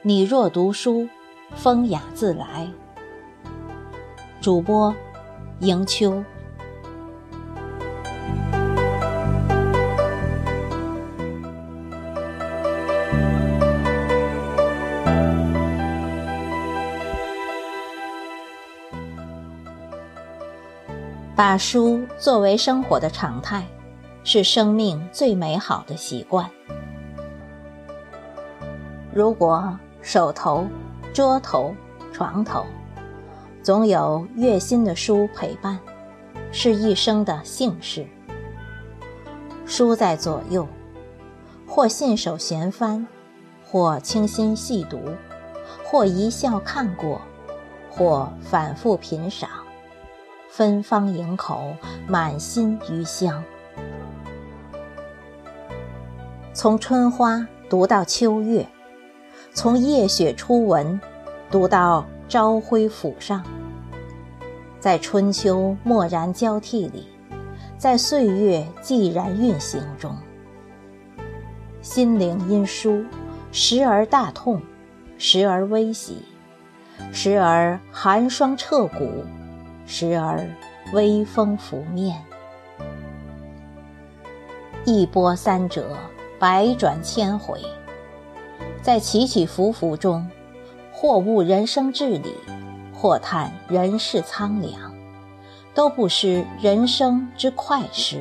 你若读书，风雅自来。主播迎秋。把书作为生活的常态，是生命最美好的习惯。如果手头、桌头、床头总有悦心的书陪伴，是一生的幸事。书在左右，或信手闲翻，或清心细读，或一笑看过，或反复品赏，芬芳盈口，满心余香。从春花读到秋月，从夜雪初闻读到朝晖甫上，在春秋蓦然交替里，在岁月寂然运行中，心灵因书时而大痛，时而微喜，时而寒霜彻骨，时而微风拂面。一波三折，百转千回，在起起伏伏中，或悟人生至理，或叹人世苍凉，都不失人生之快事。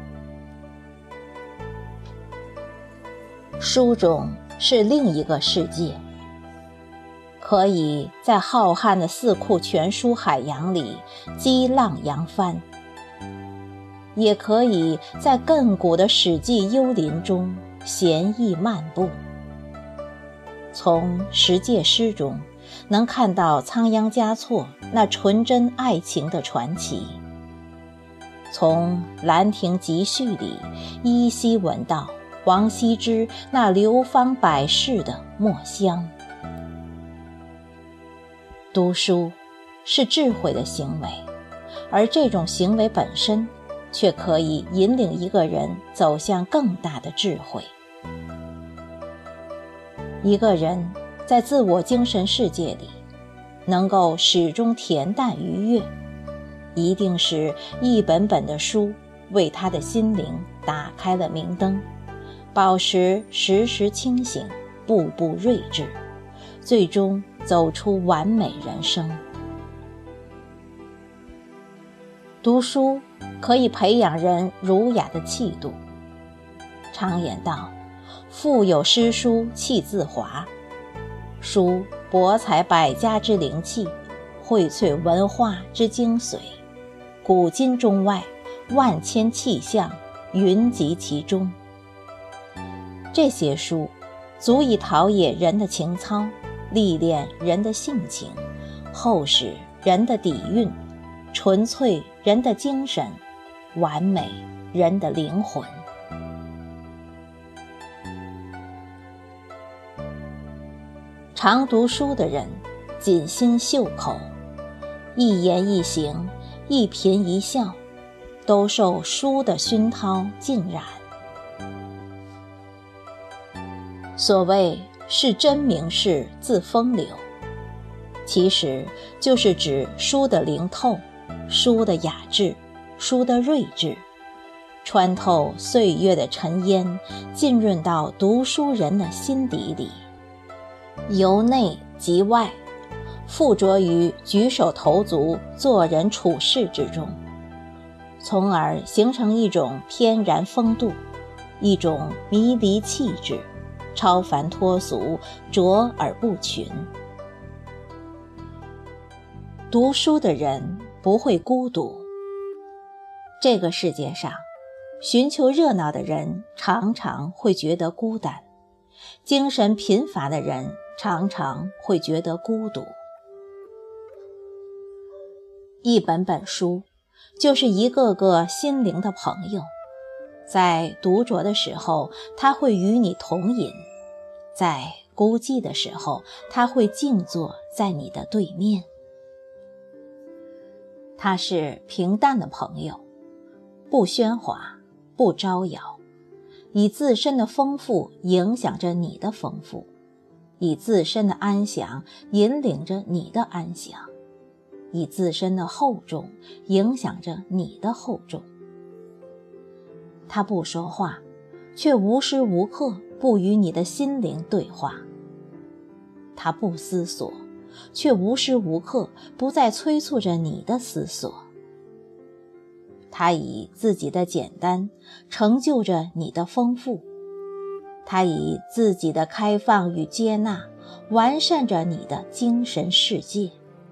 书中是另一个世界，可以在浩瀚的四库全书海洋里激浪扬帆，也可以在亘古的史记幽林中闲逸漫步。从十诫诗中能看到仓央嘉措那纯真爱情的传奇，从兰亭集序里依稀闻到王羲之那流芳百世的墨香。读书是智慧的行为，而这种行为本身却可以引领一个人走向更大的智慧。一个人在自我精神世界里能够始终恬淡愉悦，一定是一本本的书为他的心灵打开了明灯，保持时时清醒，步步睿智，最终走出完美人生。读书可以培养人儒雅的气度。常言道，腹有诗书气自华。书博采百家之灵气，荟萃文化之精髓，古今中外，万千气象云集其中。这些书足以陶冶人的情操，历练人的性情，厚实人的底蕴，纯粹人的精神，完美人的灵魂。常读书的人谨心袖口，一言一行，一颦一笑，都受书的熏陶浸染。所谓是真名士自风流，其实就是指书的灵透，书的雅致，书的睿智，穿透岁月的尘烟，浸润到读书人的心底里，由内及外，附着于举手投足、做人处事之中，从而形成一种翩然风度，一种迷离气质，超凡脱俗，卓而不群。读书的人不会孤独。这个世界上，寻求热闹的人常常会觉得孤单，精神贫乏的人常常会觉得孤独。一本本书就是一个个心灵的朋友，在独酌的时候，他会与你同饮；在孤寂的时候，他会静坐在你的对面。他是平淡的朋友，不喧哗，不招摇，以自身的丰富影响着你的丰富， 以自身的安详引领着你的安详，以自身的厚重影响着你的厚重。他不说话，却无时无刻不与你的心灵对话。他不思索，却无时无刻不再催促着你的思索。他以自己的简单成就着你的丰富，他以自己的开放与接纳完善着你的精神世界。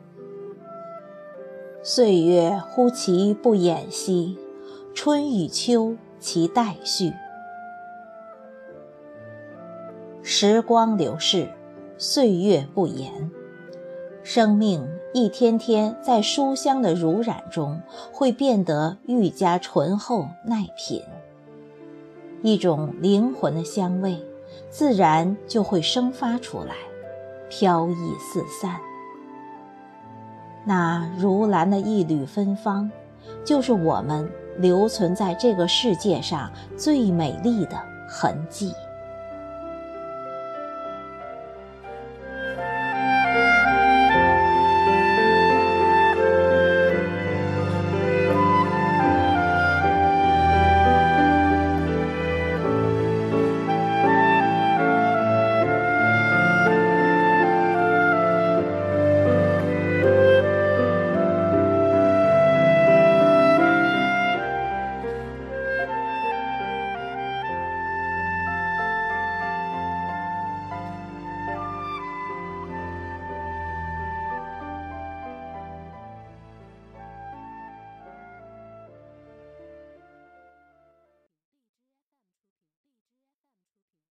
岁月忽其不掩兮，春与秋其代序。时光流逝，岁月不言，生命一天天在书香的濡染中会变得愈加醇厚耐品，一种灵魂的香味自然就会生发出来，飘逸四散。那如兰的一缕芬芳，就是我们留存在这个世界上最美丽的痕迹。